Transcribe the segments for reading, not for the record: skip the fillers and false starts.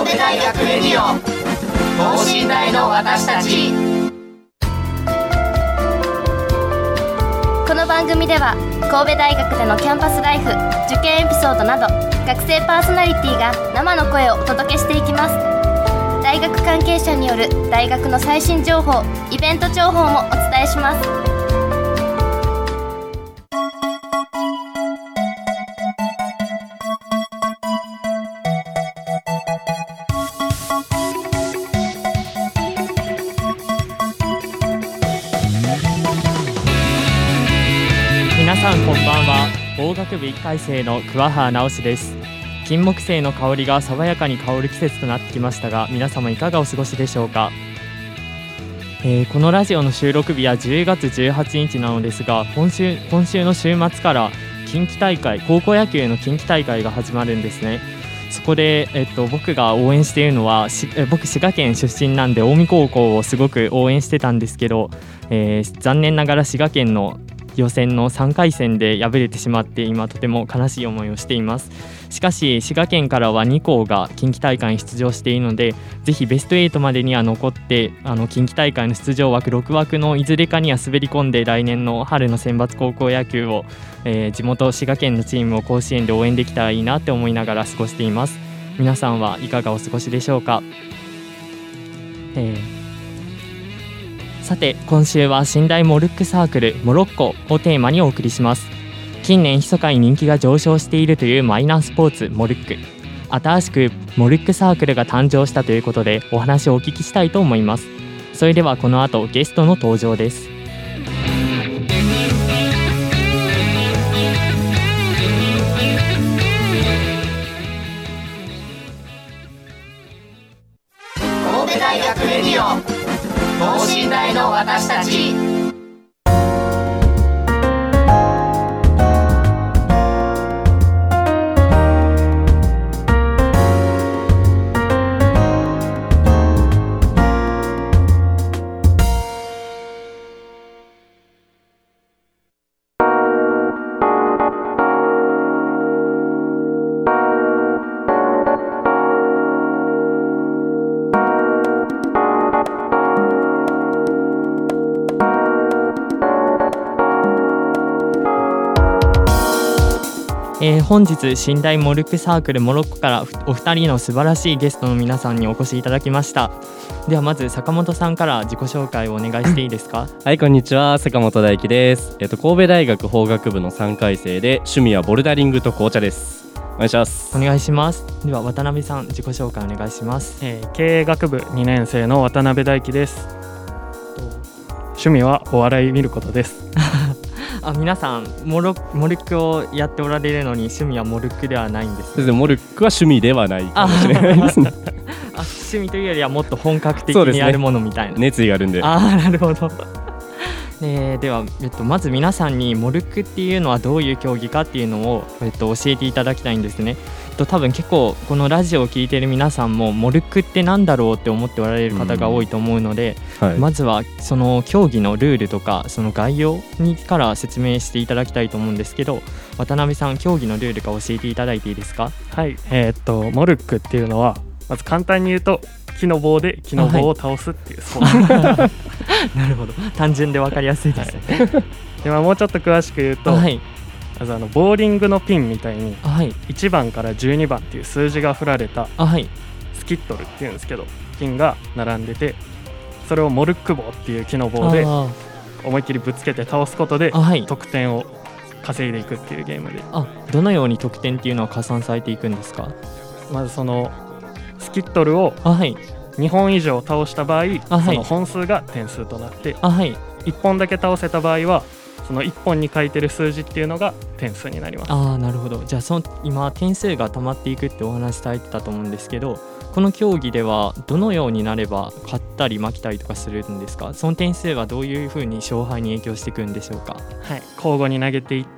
神戸大学レディオ等身大の私たち。 この番組では神戸大学でのキャンパスライフ、受験エピソードなど学生パーソナリティが生の声をお届けしていきます。大学関係者による大学の最新情報、イベント情報もお伝えします。 皆さんこんばんは。法学部1回生の桑原直です。金木犀の香りが爽やかに香る季節となってきましたが、皆様いかがお過ごしでしょうか。このラジオの収録日は10月18日なのですが、今週の週末から近畿大会、高校野球の近畿大会が始まるんですね。そこで、僕が応援しているのは僕滋賀県出身なんで近江高校をすごく応援してたんですけど、残念ながら滋賀県の予選の3回戦で敗れてしまって、今とても悲しい思いをしています。しかし滋賀県からは2校が近畿大会に出場しているので、ぜひベスト8までには残って近畿大会の出場枠6枠のいずれかには滑り込んで、来年の春の選抜高校野球を、地元滋賀県のチームを甲子園で応援できたらいいなって思いながら過ごしています。皆さんはいかがお過ごしでしょうか。さて今週は寝台モルックサークルモロッコをテーマにお送りします。近年密かに人気が上昇しているというマイナースポーツモルック。新しくモルックサークルが誕生したということで、お話をお聞きしたいと思います。それではこの後ゲストの登場です。 神戸大学レディオ等身大の私たち。 本日寝台モルックサークルモロッコからお二人の素晴らしいゲストの皆さんにお越しいただきました。ではまず坂本さんから自己紹介をお願いしていいですか。 はい、こんにちは、坂本大輝です。神戸大学法学部の3回生で、趣味はボルダリングと紅茶です。お願いします。 お願いします。では渡辺さん自己紹介お願いします。 経営学部2年生の渡辺大輝です。趣味はお笑い見ることです皆さんモルックをやっておられるのに趣味はモルックではないんです、 モルックは趣味ではないかもしれないですね趣味というよりはもっと本格的にやるものみたいな、 熱意があるんで。 なるほどでは、まず皆さんにモルックっていうのはどういう競技かっていうのを、教えていただきたいんですね。多分結構このラジオを聞いている皆さんもモルックってなんだろうって思っておられる方が多いと思うので、まずはその競技のルールとかその概要から説明していただきたいと思うんですけど、渡辺さん競技のルールから教えていただいていいですか。 はい、モルックっていうのはまず簡単に言うと木の棒で木の棒を倒すっていうスポーツなるほど、単純で分かりやすいですね、 でもうちょっと詳しく言うと、まずボーリングのピンみたいに1番から12番っていう数字が振られたスキットルっていうんですけど、ピンが並んでて、それをモルック棒っていう木の棒で思いっきりぶつけて倒すことで得点を稼いでいくっていうゲームで、 どのように得点っていうのは加算されていくんですか。 まずそのスキットルを2本以上倒した場合、その本数が点数となって、1本だけ倒せた場合はその1本に書いてる数字っていうのが点数になります。 なるほど。じゃあ今点数が溜まっていくってお話されてたと思うんですけど、この競技ではどのようになれば勝ったり負けたりとかするんですか。その点数はどういうふうに勝敗に影響していくんでしょうか。 交互に投げていって、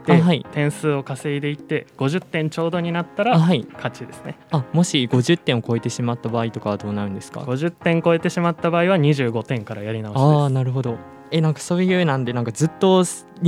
点数を稼いでいって50点ちょうどになったら勝ちですね。 もし50点を超えてしまった場合とかはどうなるんですか。 50点超えてしまった場合は25点からやり直しです。 なるほど。 なんかそういうなんでなんかずっと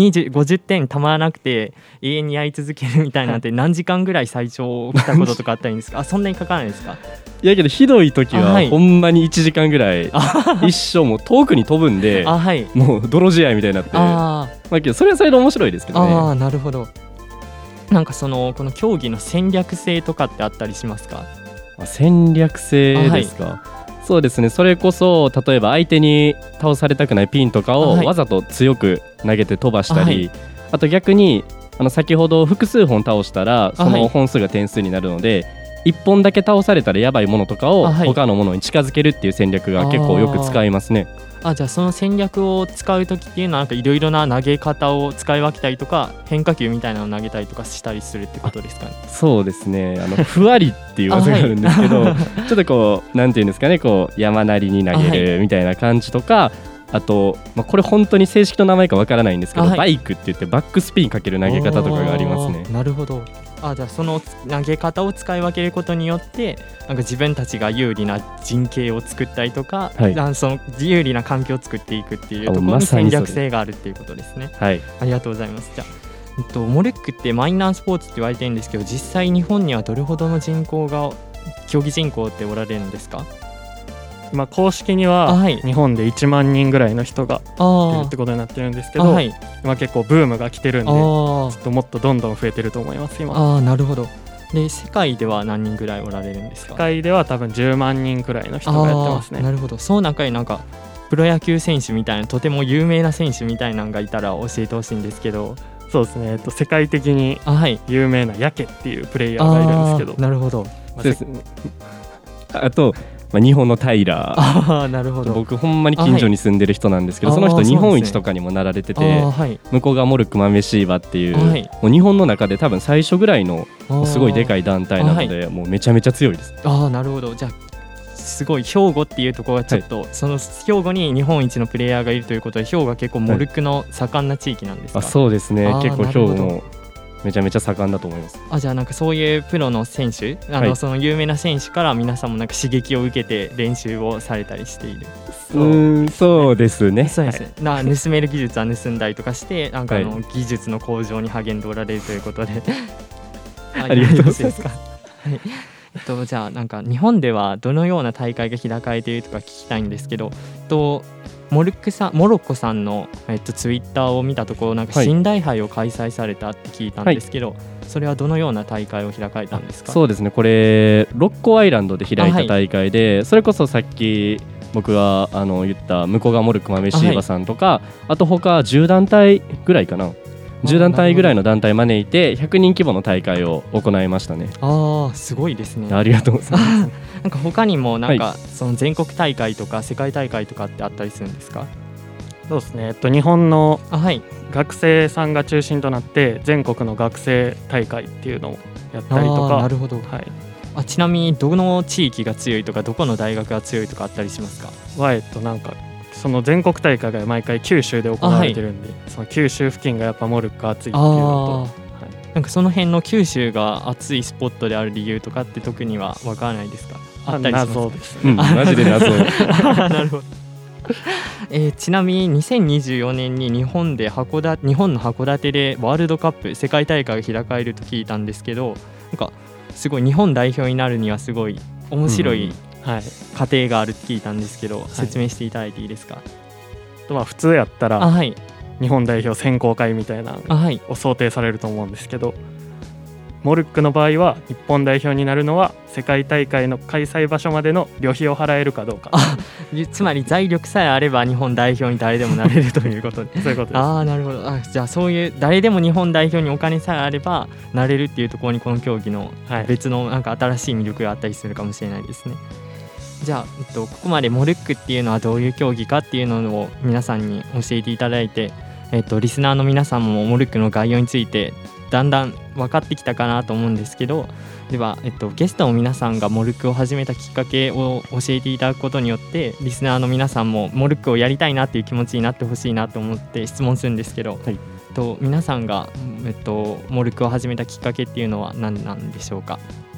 50点たまらなくて永遠にやり続けるみたいなんて何時間ぐらい最長来たこととかあったらいいんですか？そんなにかからないですか？ いやけどひどい時はほんまに1時間ぐらい一生もう遠くに飛ぶんでもう泥試合みたいになってまあけどそれはそれで面白いですけどね。 なるほど。なんかこの競技の戦略性とかってあったりしますか？ 戦略性ですか？そうですね。それこそ例えば相手に倒されたくないピンとかをわざと強く投げて飛ばしたり、あと逆に先ほど複数本倒したらその本数が点数になるので、1本だけ倒されたらやばいものとかを他のものに近づけるっていう戦略が結構よく使いますね。 じゃあその戦略を使うときっていうのはなんかいろいろな投げ方を使い分けたりとか変化球みたいなのを投げたりとかしたりするってことですかね？ そうですね。ふわりっていう技があるんですけどちょっとこうなんていうんですかね、こう山なりに投げるみたいな感じとか、あと、これ本当に正式の名前かわからないんですけど、バイクって言ってバックスピンかける投げ方とかがありますね。 なるほど。じゃあその投げ方を使い分けることによってなんか自分たちが有利な陣形を作ったりとか、その有利な環境を作っていくっていうところに戦略性があるっていうことですね。ありがとうございます。じゃあ、モルックってマイナースポーツって言われてるんですけど、実際日本にはどれほどの競技人口っておられるんですか？ 今公式には日本で1万人ぐらいの人がいるってことになってるんですけど、今結構ブームが来てるんでちょっともっとどんどん増えてると思います今。 なるほど。で世界では何人ぐらいおられるんですか？ 世界では多分10万人くらいの人がやってますね。 なるほど。その中になんかプロ野球選手みたいなとても有名な選手みたいなのがいたら教えてほしいんですけど。 そうですね、世界的に有名なヤケっていうプレイヤーがいるんですけど。 なるほど。 あと日本のタイラーなるほど。 僕ほんまに近所に住んでる人なんですけど、その人日本一とかにもなられてて、向こうがモルック豆シーバっていう、もう日本の中で多分最初ぐらいのすごいでかい団体なので、もうめちゃめちゃ強いです。 なるほど。じゃあすごい兵庫っていうところがちょっと、その兵庫に日本一のプレイヤーがいるということで、兵庫は結構モルックの盛んな地域なんですか？ そうですね。結構兵庫もめちゃめちゃ盛んだと思います。 じゃあなんかそういうプロの選手、その有名な選手から皆さんもなんか刺激を受けて練習をされたりしている。 そうですね。 そうですね。盗める技術は盗んだりとかしてなんか技術の向上に励んでおられるということでありがとうございます。 じゃあなんか日本ではどのような大会が開かれているとか聞きたいんですけど、モロッコさんの、ツイッターを見たところなんか新大杯を開催されたって聞いたんですけど、それはどのような大会を開かれたんですか？ そうですね、これロッコアイランドで開いた大会で、それこそさっき僕が言った向こうがモルック豆シーバさんとか、あと他10団体ぐらいかな、10団体ぐらいの団体招いて100人規模の大会を行いましたね。 すごいですね。 ありがとうございますなんか他にもなんかその全国大会とか世界大会とかってあったりするんですか？ そうですね、日本の学生さんが中心となって全国の学生大会っていうのをやったりとか。 なるほど。ちなみにどの地域が強いとかどこの大学が強いとかあったりしますか？ なんかその全国大会が毎回九州で行われてるんで、その九州付近がやっぱモルック熱いっていうのと、 なんかその辺の九州が熱いスポットである理由とかって特には分からないですか？あったりしますか？ 謎ですね。 マジで謎なるほどちなみに2024年に日本の函館でワールドカップ世界大会が開かれると聞いたんですけど、なんかすごい日本代表になるにはすごい面白い過程があるって聞いたんですけど、説明していただいていいですか？ 普通やったら日本代表選考会みたいなのを想定されると思うんですけど、モルックの場合は日本代表になるのは世界大会の開催場所までの旅費を払えるかどうか。 つまり財力さえあれば日本代表に誰でもなれるということでそういうことです。 なるほど。じゃあそういう誰でも日本代表にお金さえあればなれるっていうところにこの競技の別のなんか新しい魅力があったりするかもしれないですね。じゃあ、ここまでモルックっていうのはどういう競技かっていうのを皆さんに教えていただいて、リスナーの皆さんもモルックの概要についてだんだん分かってきたかなと思うんですけど、では、ゲストの皆さんがモルックを始めたきっかけを教えていただくことによってリスナーの皆さんもモルックをやりたいなっていう気持ちになってほしいなと思って質問するんですけど、皆さんが、モルックを始めたきっかけっていうのは何なんでしょうか？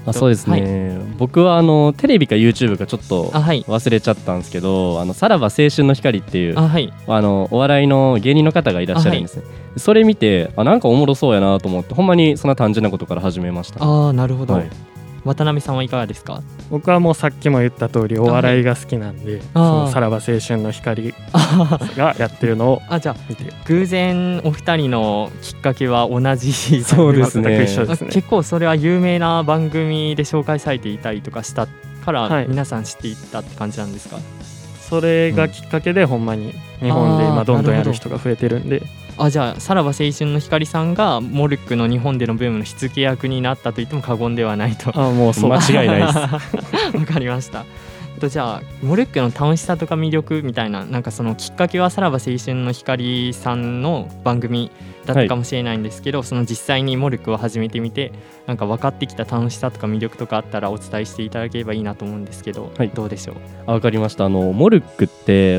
そうですね、はい、僕はテレビか YouTube かちょっと忘れちゃったんですけど、さらば青春の光っていうはい、お笑いの芸人の方がいらっしゃるんですね、はい、それ見てなんかおもろそうやなと思って、ほんまにそんな単純なことから始めました。 なるほど、はい、渡辺さんはいかがですか？ 僕はもうさっきも言った通りお笑いが好きなんで、そのさらば青春の光がやってるのをじゃあ偶然お二人のきっかけは同じそうですね、 結構それは有名な番組で紹介されていたりとかしたから皆さん知っていったって感じなんですか？ それがきっかけでほんまに日本で今どんどんやる人が増えてるんで、 じゃあさらば青春の光さんがモルックの日本でのブームの火付け役になったと言っても過言ではないと。 もうそう間違いないですわかりました。じゃあモルックの楽しさとか魅力みたいな、なんかそのきっかけはさらば青春の光さんの番組だったかもしれないんですけど、その実際にモルックを始めてみてなんか分かってきた楽しさとか魅力とかあったらお伝えしていただければいいなと思うんですけど、どうでしょう？ わかりました。モルックって、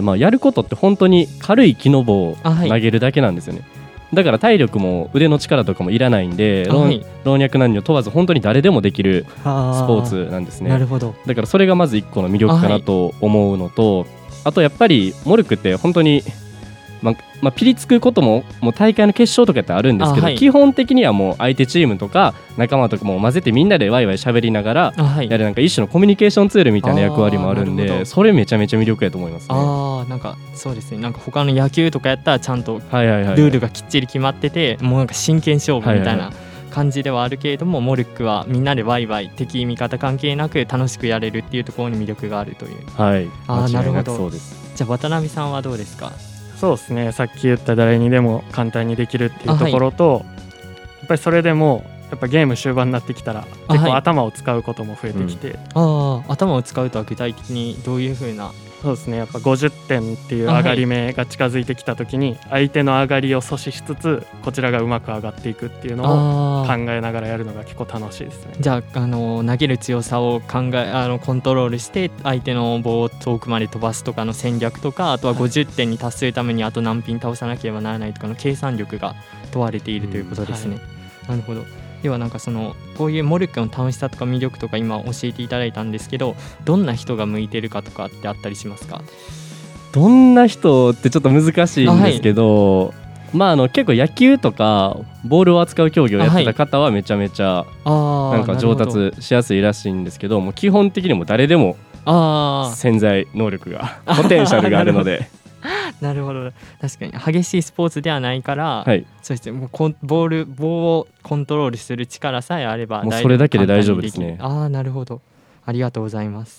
やることって本当に軽い木の棒を投げるだけなんですよね。だから体力も腕の力とかもいらないんで、老若男女問わず本当に誰でもできるスポーツなんですね。 なるほど。 だからそれがまず一個の魅力かなと思うのと、あとやっぱりモルックって本当にピリつくこともう大会の決勝とかってあるんですけど、基本的にはもう相手チームとか仲間とかも混ぜてみんなでワイワイ喋りながらやる、なんか一種のコミュニケーションツールみたいな役割もあるんで、それめちゃめちゃ魅力やと思いますね。 なんかそうですね、なんか他の野球とかやったらちゃんとルールがきっちり決まってて、もうなんか真剣勝負みたいな感じではあるけれども、モルックはみんなでワイワイ敵味方関係なく楽しくやれるっていうところに魅力があるという。 なるほど。そうです。 じゃあ渡辺さんはどうですか？ そうですね、さっき言った誰にでも簡単にできるっていうところと、やっぱりそれでもやっぱゲーム終盤になってきたら結構頭を使うことも増えてきて、 頭を使うとは具体的にどういう風な？ そうですね、やっぱ50点っていう上がり目が近づいてきた時に相手の上がりを阻止しつつこちらがうまく上がっていくっていうのを考えながらやるのが結構楽しいですね。 じゃあ、投げる強さをコントロールして相手の棒を遠くまで飛ばすとかの戦略とか、あとは50点に達するためにあと何ピン倒さなければならないとかの計算力が問われているということですね。なるほど。ではなんかこういうモルックの楽しさとか魅力とか今教えていただいたんですけど、どんな人が向いてるかとかってあったりしますか？ どんな人ってちょっと難しいんですけど、結構野球とかボールを扱う競技をやってた方はめちゃめちゃなんか上達しやすいらしいんですけど、もう基本的にも誰でも潜在能力がポテンシャルがあるのでなるほど。確かに激しいスポーツではないから、そうですね、もう棒をコントロールする力さえあればもうそれだけで大丈夫ですね。 なるほど、ありがとうございます。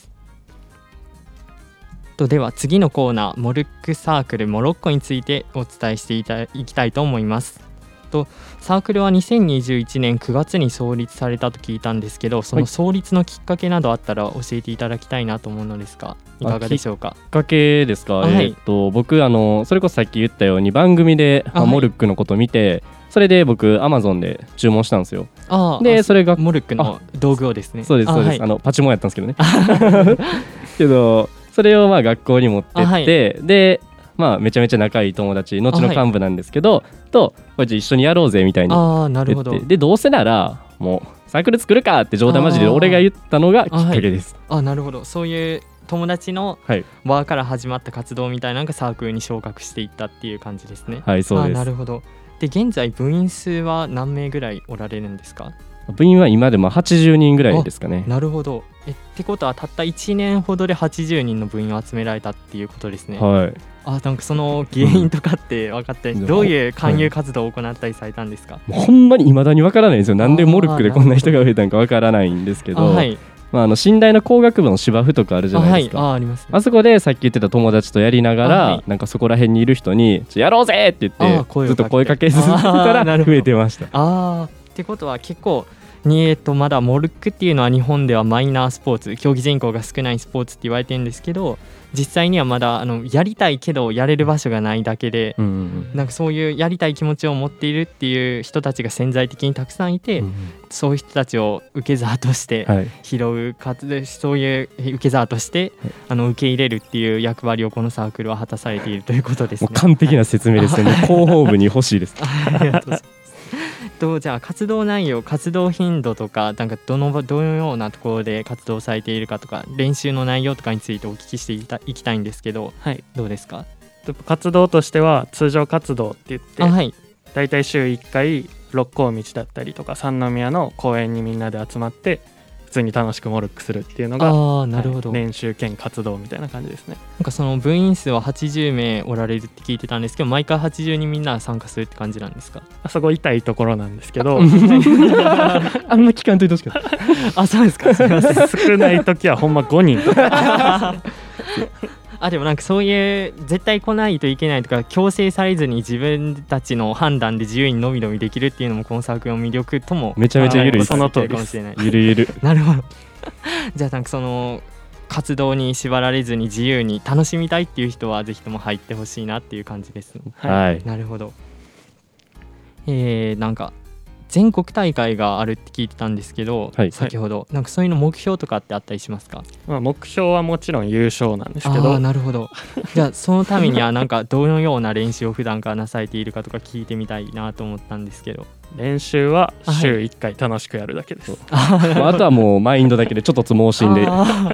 では次のコーナー、モルックサークルモロッコについてお伝えしていきたいと思います。サークルは2021年9月に創立されたと聞いたんですけど、その創立のきっかけなどあったら教えていただきたいなと思うのですが、いかがでしょうか？ きっかけですか？僕それこそさっき言ったように番組でモルックのことを見て、それで僕 Amazon で注文したんですよ。でそれがモルックの道具をですね。 そうですそうです、パチモンやったんですけどねけどそれを学校に持ってって、でめちゃめちゃ仲いい友達、後の幹部なんですけど、とこれ一緒にやろうぜみたいに言って、でどうせならもうサークル作るかって冗談交じりで俺が言ったのがきっかけです。 なるほど。そういう友達の輪から始まった活動みたいなのがサークルに昇格していったっていう感じですね。 そうです。 なるほど。で現在部員数は何名ぐらいおられるんですか？ 部員は今でも80人ぐらいですかね。 なるほど。ってことはたった1年ほどで80人の部員を集められたっていうことですね。なんかその原因とかって分かったり、どういう勧誘活動を行ったりされたんですか？ ほんまに未だに分からないんですよ。なんでモルックでこんな人が増えたのか分からないんですけど、信大の工学部の芝生とかあるじゃないですか。 ありますね。 あそこでさっき言ってた友達とやりながら、なんかそこら辺にいる人にやろうぜって言ってずっと声かけ続けたら増えてました。 ってことは結構まだモルックっていうのは日本ではマイナースポーツ、競技人口が少ないスポーツって言われてるんですけど、実際にはまだやりたいけどやれる場所がないだけで、なんかそういうやりたい気持ちを持っているっていう人たちが潜在的にたくさんいて、そういう人たちを受け皿として拾う、そういう受け皿として受け入れるっていう役割をこのサークルは果たされているということですね。 もう完璧な説明ですね。広報部に欲しいです。 ありがとうございます。 じゃあ活動内容、活動頻度とか、なんかどのようなところで活動されているかとか、練習の内容とかについてお聞きしていきたいんですけど、はい、どうですか？ 活動としては通常活動って言って、はい、だいたい週1回六甲道だったりとか三宮の公園にみんなで集まって普通に楽しくモルックするっていうのが、なるほど、練習兼活動みたいな感じですね。 なんかその部員数は80名おられるって聞いてたんですけど、毎回80人みんな参加するって感じなんですか？ そこ痛いところなんですけどあんま聞かんといてほしかったそうですか、すみません少ない時はほんま5人とかでもなんかそういう絶対来ないといけないとか強制されずに自分たちの判断で自由にのびのびできるっていうのもこのサークルの魅力ともめちゃめちゃゆるいその通りかもしれない。 ゆるゆるなるほどじゃあなんかその活動に縛られずに自由に楽しみたいっていう人はぜひとも入ってほしいなっていう感じです。 はい、 なるほど。なんか全国大会があるって聞いてたんですけど、はい、先ほどなんかそういうの目標とかってあったりしますか？ 目標はもちろん優勝なんですけど。 なるほどじゃあそのためにはなんかどのような練習を普段からなされているかとか聞いてみたいなと思ったんですけど。 練習は週1回楽しくやるだけです、 あとはもうマインドだけでちょっとつ盲信で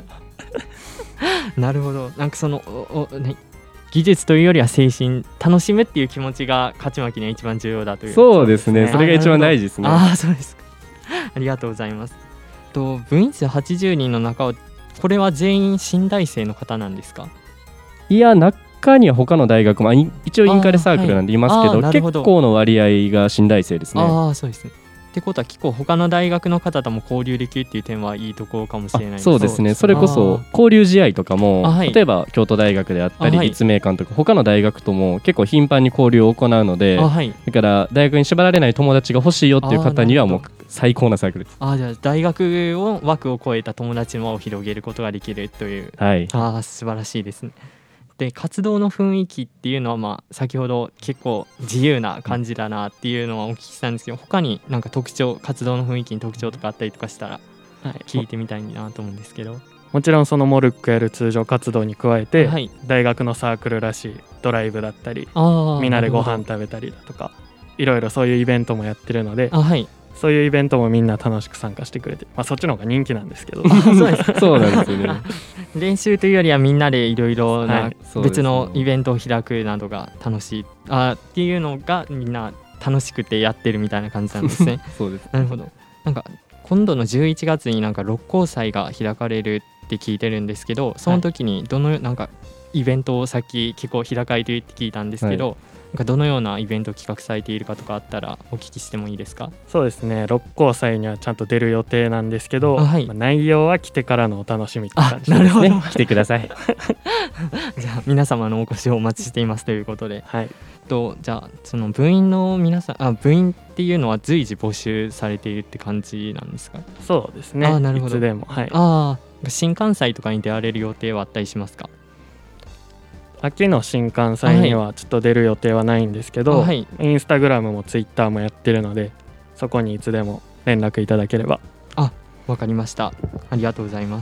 なるほど。なんかその技術というよりは精神楽しむっていう気持ちが勝ち負けには一番重要だという。 そうですね、それが一番大事ですね。 そうですかありがとうございます。部員数80人の中はこれは全員新大生の方なんですか？ いや、中には他の大学も一応インカレサークルなんでいますけど、結構の割合が新大生ですね。 そうですね。ってことは結構他の大学の方とも交流できるっていう点はいいところかもしれないです。 そうですね。それこそ交流試合とかも、例えば京都大学であったり立命館とか他の大学とも結構頻繁に交流を行うので、だから大学に縛られない友達が欲しいよっていう方にはもう最高なサークルです。 じゃあ大学を枠を超えた友達の輪を広げることができるという、素晴らしいですね。で活動の雰囲気っていうのは先ほど結構自由な感じだなっていうのはお聞きしたんですけど、他になんか活動の雰囲気に特徴とかあったりとかしたら聞いてみたいなと思うんですけど。 もちろんそのモルックやる通常活動に加えて、大学のサークルらしいドライブだったりみんなでご飯食べたりだとかいろいろそういうイベントもやってるので、そういうイベントもみんな楽しく参加してくれて、そっちの方が人気なんですけどそうなんですよね練習というよりはみんなでいろいろな別のイベントを開くなどが楽しい、っていうのがみんな楽しくてやってるみたいな感じなんですねそうです。 なるほど。なんか今度の11月になんか六甲祭が開かれるって聞いてるんですけど、その時になんかイベントをさっき結構開かれているって聞いたんですけど、なんかどのようなイベントを企画されているかとかあったらお聞きしてもいいですか？ そうですね、六甲祭にはちゃんと出る予定なんですけど、内容は来てからのお楽しみって感じですね。 来てくださいじゃあ皆様のお越しをお待ちしていますということで、じゃあその部員の皆さん部員っていうのは随時募集されているって感じなんですか？ そうですね、 なるほど。 いつでも、 新歓祭とかに出られる予定はあったりしますか？ 秋の新歓祭にはちょっと出る予定はないんですけど、インスタグラムもツイッターもやってるのでそこにいつでも連絡いただければ。 わかりました。ありがとうございます。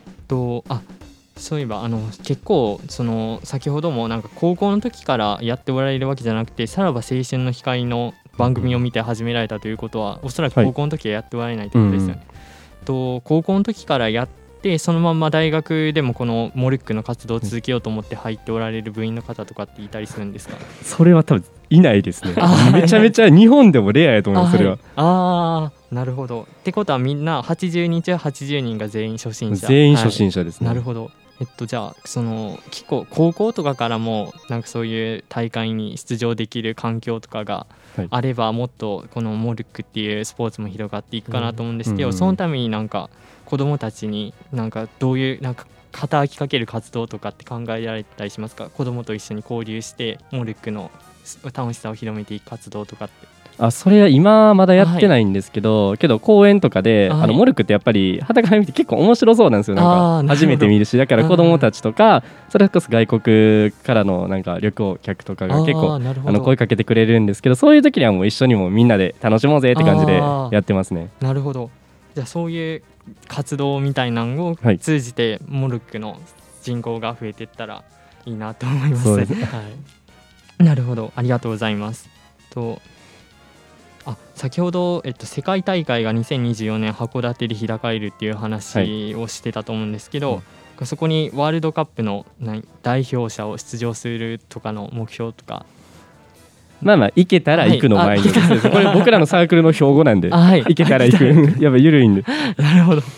そういえば結構先ほどもなんか高校の時からやっておられるわけじゃなくて、さらば青春の光の番組を見て始められたということは、おそらく高校の時はやっておられないということですよね。高校の時からやってそのまま大学でもこのモルックの活動を続けようと思って入っておられる部員の方とかっていたりするんですか？ それは多分いないですねめちゃめちゃ日本でもレアやと思います。それはなるほど。ってことはみんな80人中80人が全員初心者。 全員初心者ですね。 なるほど。じゃあ結構高校とかからもなんかそういう大会に出場できる環境とかがあれば、もっとこのモルックっていうスポーツも広がっていくかなと思うんですけど、そのためになんか子どもたちになんかどういうなんか働きかける活動とかって考えられたりしますか？子どもと一緒に交流してモルックの楽しさを広めていく活動とかって。 それは今まだやってないんですけど、けど公園とかでモルックってやっぱり傍から見て結構面白そうなんですよ。なんか初めて見るし、だから子どもたちとかそれこそ外国からのなんか旅行客とかが結構声かけてくれるんですけど、そういう時にはもう一緒にもみんなで楽しもうぜって感じでやってますね。 なるほど。じゃあそういう活動みたいなのを通じてモルックの人口が増えていったらいいなと思います。 そうですね。 なるほど、ありがとうございます。 先ほど、世界大会が2024年函館で開かれるっていう話をしてたと思うんですけど、そこにワールドカップの代表者を出場するとかの目標とか。 まあ行けたら行くの前にですね、これ僕らのサークルの標語なんで、行けたら行くやっぱ緩いんでなるほど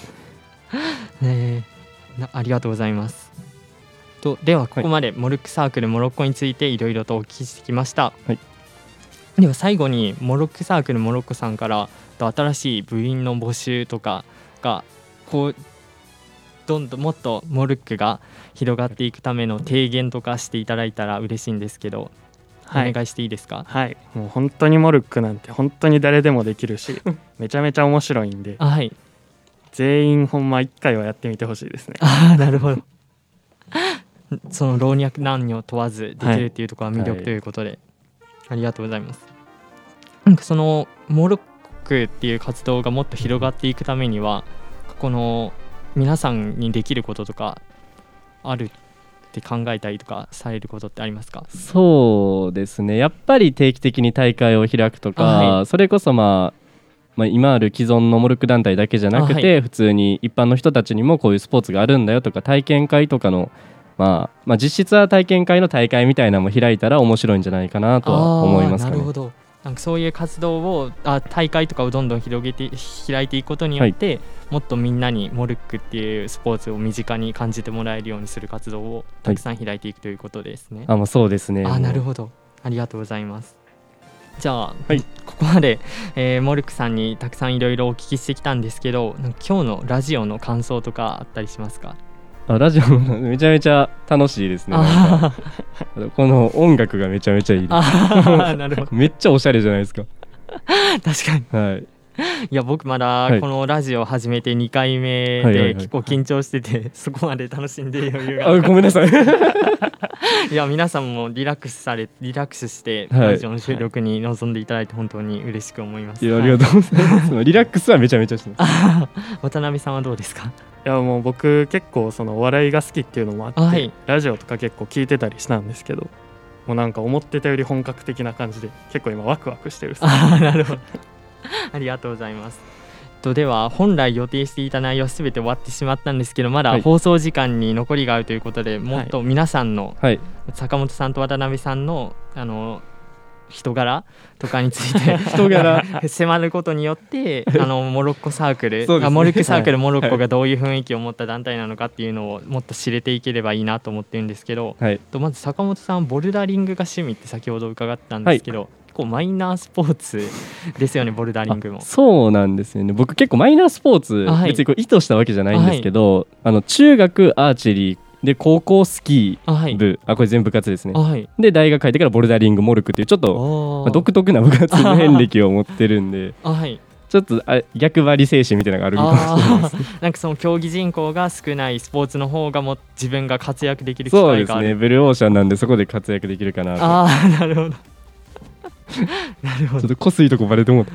ありがとうございます。ではここまでモルックサークルモロッコについていろいろとお聞きしてきました、では最後にモロックサークルモロッコさんから新しい部員の募集とかがどんどんもっとモルックが広がっていくための提言とかしていただいたら嬉しいんですけど、お願いしていいですか？ はい、もう本当にモルックなんて本当に誰でもできるしめちゃめちゃ面白いんで、全員ほんま1回はやってみてほしいですね。 なるほどその老若男女問わずできるっていうところは魅力ということで、ありがとうございます。そのモルックっていう活動がもっと広がっていくためにはこの皆さんにできることとかあるって考えたりとかされることってありますか？ そうですね、やっぱり定期的に大会を開くとか、それこそ今ある既存のモルック団体だけじゃなくて、普通に一般の人たちにもこういうスポーツがあるんだよとか、体験会とかの実質は体験会の大会みたいなのも開いたら面白いんじゃないかなとは思いますかね。 なるほど。なんかそういう活動を大会とかをどんどん開いていくことによって、もっとみんなにモルックっていうスポーツを身近に感じてもらえるようにする活動をたくさん開いていくということですね。 そうですね。 なるほど、ありがとうございます。じゃあ、ここまで、モルックさんにたくさんいろいろお聞きしてきたんですけど、今日のラジオの感想とかあったりしますか？ ラジオめちゃめちゃ楽しいですね。この音楽がめちゃめちゃいいですなるほどめっちゃおしゃれじゃないですか。 確かに、いや僕まだこのラジオ始めて2回目で結構緊張してて、そこまで楽しんで余裕がごめんなさいいや皆さんもリラックスしてラジオの収録に臨んでいただいて本当に嬉しく思います。 いやありがとうございますリラックスはめちゃめちゃしてます渡辺さんはどうですか？ いやもう僕結構そのお笑いが好きっていうのもあって、ラジオとか結構聞いてたりしたんですけど、もうなんか思ってたより本格的な感じで結構今ワクワクしてるっす。 なるほどありがとうございます。では本来予定していた内容は全て終わってしまったんですけど、まだ放送時間に残りがあるということで、もっと皆さんの、坂本さんと渡辺さんの人柄とかについて迫ることによってモロッコサークル、モルックサークルモロッコがどういう雰囲気を持った団体なのかっていうのをもっと知れていければいいなと思ってるんですけど、まず坂本さんボルダリングが趣味って先ほど伺ったんですけど、結構マイナースポーツですよね、ボルダリングも。 そうなんですよね。僕結構マイナースポーツ、別にこう意図したわけじゃないんですけど、中学アーチェリーで高校スキー部、これ全部部活ですね、で大学入ってからボルダリングモルックっていうちょっと、独特な部活の遍歴を持ってるんでちょっと逆張り精神みたいなのがあるかもしれないですね。 なんかその競技人口が少ないスポーツの方がも自分が活躍できる機会がある。 そうですね、ブルーオーシャンなんでそこで活躍できるかなと。 なるほどなるほど。 ちょっとこすいとこバレても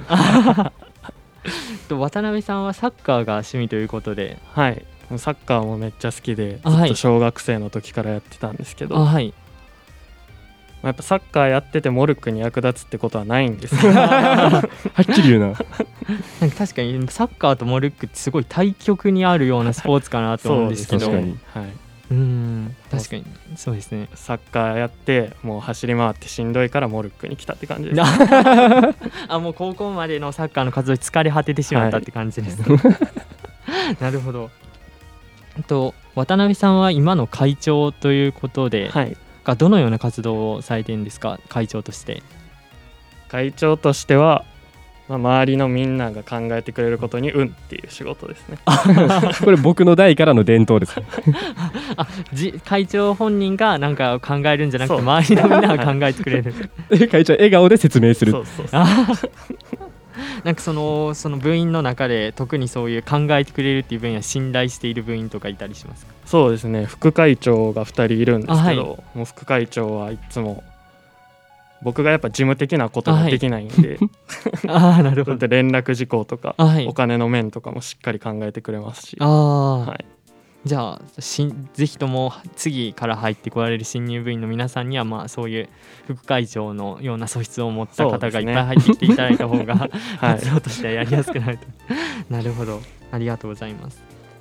渡辺さんはサッカーが趣味ということで。 サッカーもめっちゃ好きで、ずっと小学生の時からやってたんですけど、やっぱサッカーやっててモルックに役立つってことはないんですはっきり言うななんか確かにサッカーとモルックってすごい対極にあるようなスポーツかなと思うんですけど確かに、 確かにそうですね。 サッカーやってもう走り回ってしんどいからモルックに来たって感じですもう高校までのサッカーの活動に疲れ果ててしまったって感じです、なるほど。渡辺さんは今の会長ということで、どのような活動をされているんですか？会長として。 会長としては、周りのみんなが考えてくれることにっていう仕事ですねこれ僕の代からの伝統です会長本人が何か考えるんじゃなくて周りのみんなが考えてくれる会長笑顔で説明する。 なんかその部員の中で特にそういう考えてくれるっていう部員や信頼している部員とかいたりしますか？ そうですね、副会長が2人いるんですけど、もう副会長はいつも僕がやっぱ事務的なことができないんで、 なる連絡事項とか、お金の面とかもしっかり考えてくれますし、 じゃあぜひとも次から入ってこられる新入部員の皆さんには、まあそういう副会長のような素質を持った方がいっぱい入ってきていただいた方が、はい、活動としてはやりやすくなるとなるほど、ありがとうございます。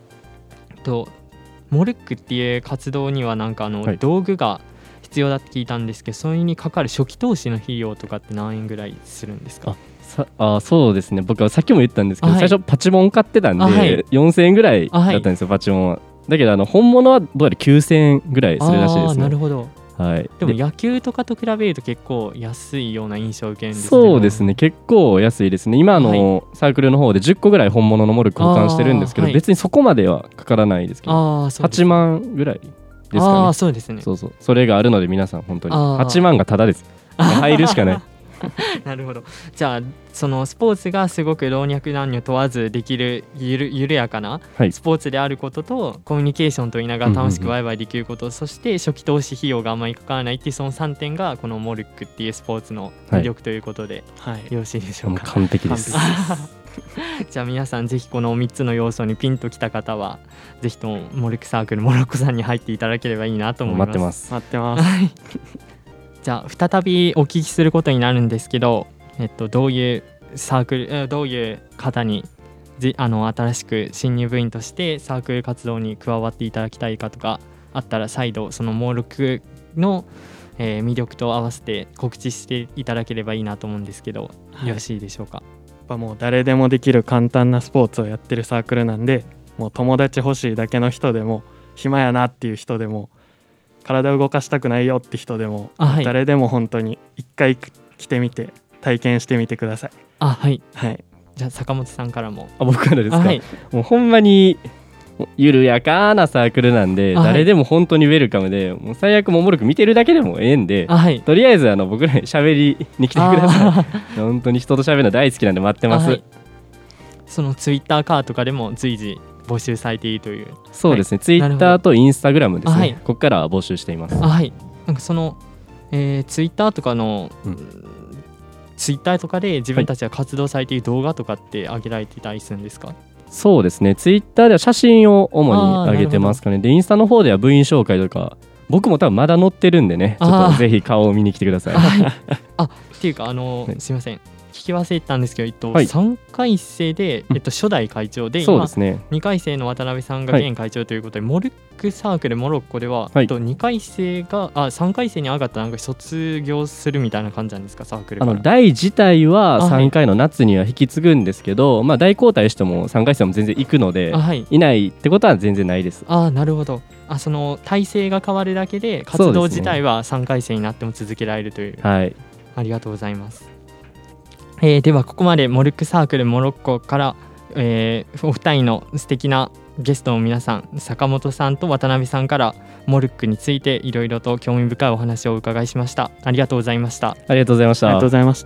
モルックっていう活動にはなんか道具が必要だって聞いたんですけど、それにかかる初期投資の費用とかって何円ぐらいするんですか？ そうですね、僕はさっきも言ったんですけど、最初パチモン買ってたんで、4000円ぐらいだったんですよ、パチモンは。だけど本物はどうやら9000円ぐらいするらしいですね。 なるほど、 はい、 でも野球とかと比べると結構安いような印象を受けるんですけど。そうですね、結構安いですね。今サークルの方で10個ぐらい本物のモルック保管してるんですけど、別にそこまではかからないですけど、8万ぐらいですかね。 そうですね。 それがあるので皆さん本当に8万がタダです。入るしかないなるほど。じゃあそのスポーツがすごく老若男女問わずできる緩やかなスポーツであることと、コミュニケーションと言いながら楽しくワイワイできること、そして初期投資費用があまりかからないっていうその3点がこのモルックっていうスポーツの魅力ということで、よろしいでしょうか？ 完璧ですじゃあ皆さんぜひこの3つの要素にピンときた方はぜひともモルックサークルモロッコさんに入っていただければいいなと思います。 待ってますじゃあ再びお聞きすることになるんですけど、どういうサークル、どういう方に新しく新入部員としてサークル活動に加わっていただきたいかとかあったら、再度そのモルックの、魅力と合わせて告知していただければいいなと思うんですけど、よろしいでしょうか？ もう誰でもできる簡単なスポーツをやってるサークルなんで、もう友達欲しいだけの人でも、暇やなっていう人でも、体を動かしたくないよって人でも、誰でも本当に一回来てみて体験してみてください。 はい、じゃあ坂本さんからも。 僕からですか？もうほんまに緩やかなサークルなんで、誰でも本当にウェルカムで、もう最悪モルック見てるだけでもええんで、とりあえず僕らに喋りに来てください。本当に人と喋るの大好きなんで待ってます。 そのツイッターかとかでも随時募集されているという。 そうですね、ツイッターとインスタグラムですね、ここから募集しています。 なんかその、ツイッターとかの、ツイッターとかで自分たちが活動されている動画とかって上げられていたりするんですか？ そうですね、ツイッターでは写真を主に上げてますかね。でインスタの方では部員紹介とか、僕も多分まだ載ってるんでね、ちょっとぜひ顔を見に来てください。 っていうかすいません、聞き忘れてたんですけど、3回生で、初代会長で、今2回生の渡辺さんが現会長ということで、モルックサークルモロッコでは、2回生が3回生に上がったらなんか卒業するみたいな感じなんですか？サークルから代自体は3回の夏には引き継ぐんですけど、代交代しても3回生も全然行くので、いないってことは全然ないです。 なるほど。その体制が変わるだけで活動自体は3回生になっても続けられるという。ありがとうございます。ではここまでモルックサークルモロッコから、お二人の素敵なゲストの皆さん、坂本さんと渡辺さんからモルックについていろいろと興味深いお話をお伺いしました。ありがとうございました。 ありがとうございました。 ありがとうございました。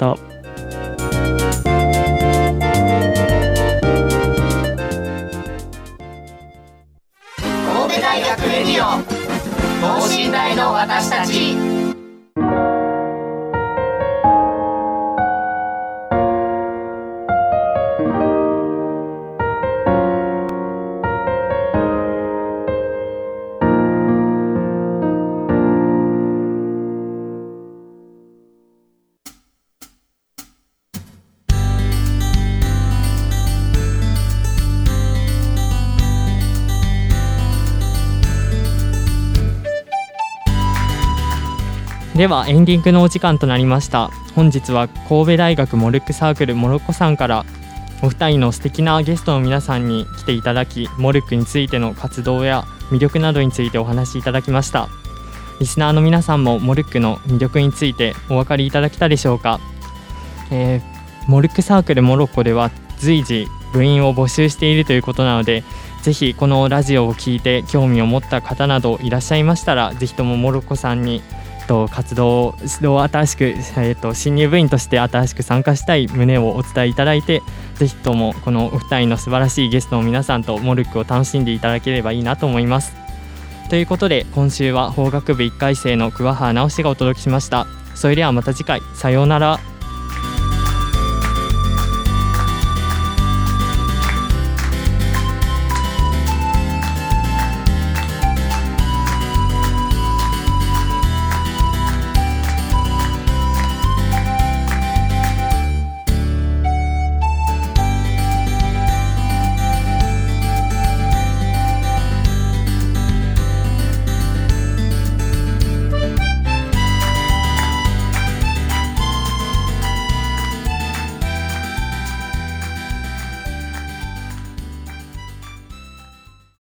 神戸大学レディオ等身大の私たち。 ではエンディングのお時間となりました。本日は神戸大学モルックサークルモロッコさんからお二人の素敵なゲストの皆さんに来ていただき、モルックについての活動や魅力などについてお話しいただきました。リスナーの皆さんもモルックの魅力についてお分かりいただけたでしょうか？モルックサークルモロッコでは随時部員を募集しているということなので、ぜひこのラジオを聞いて興味を持った方などいらっしゃいましたら、ぜひともモロッコさんに活動を新しく、新入部員として新しく参加したい旨をお伝えいただいて、ぜひともこのお二人の素晴らしいゲストの皆さんとモルックを楽しんでいただければいいなと思います。ということで今週は法学部1回生の桑原直がお届けしました。それではまた次回、さようなら。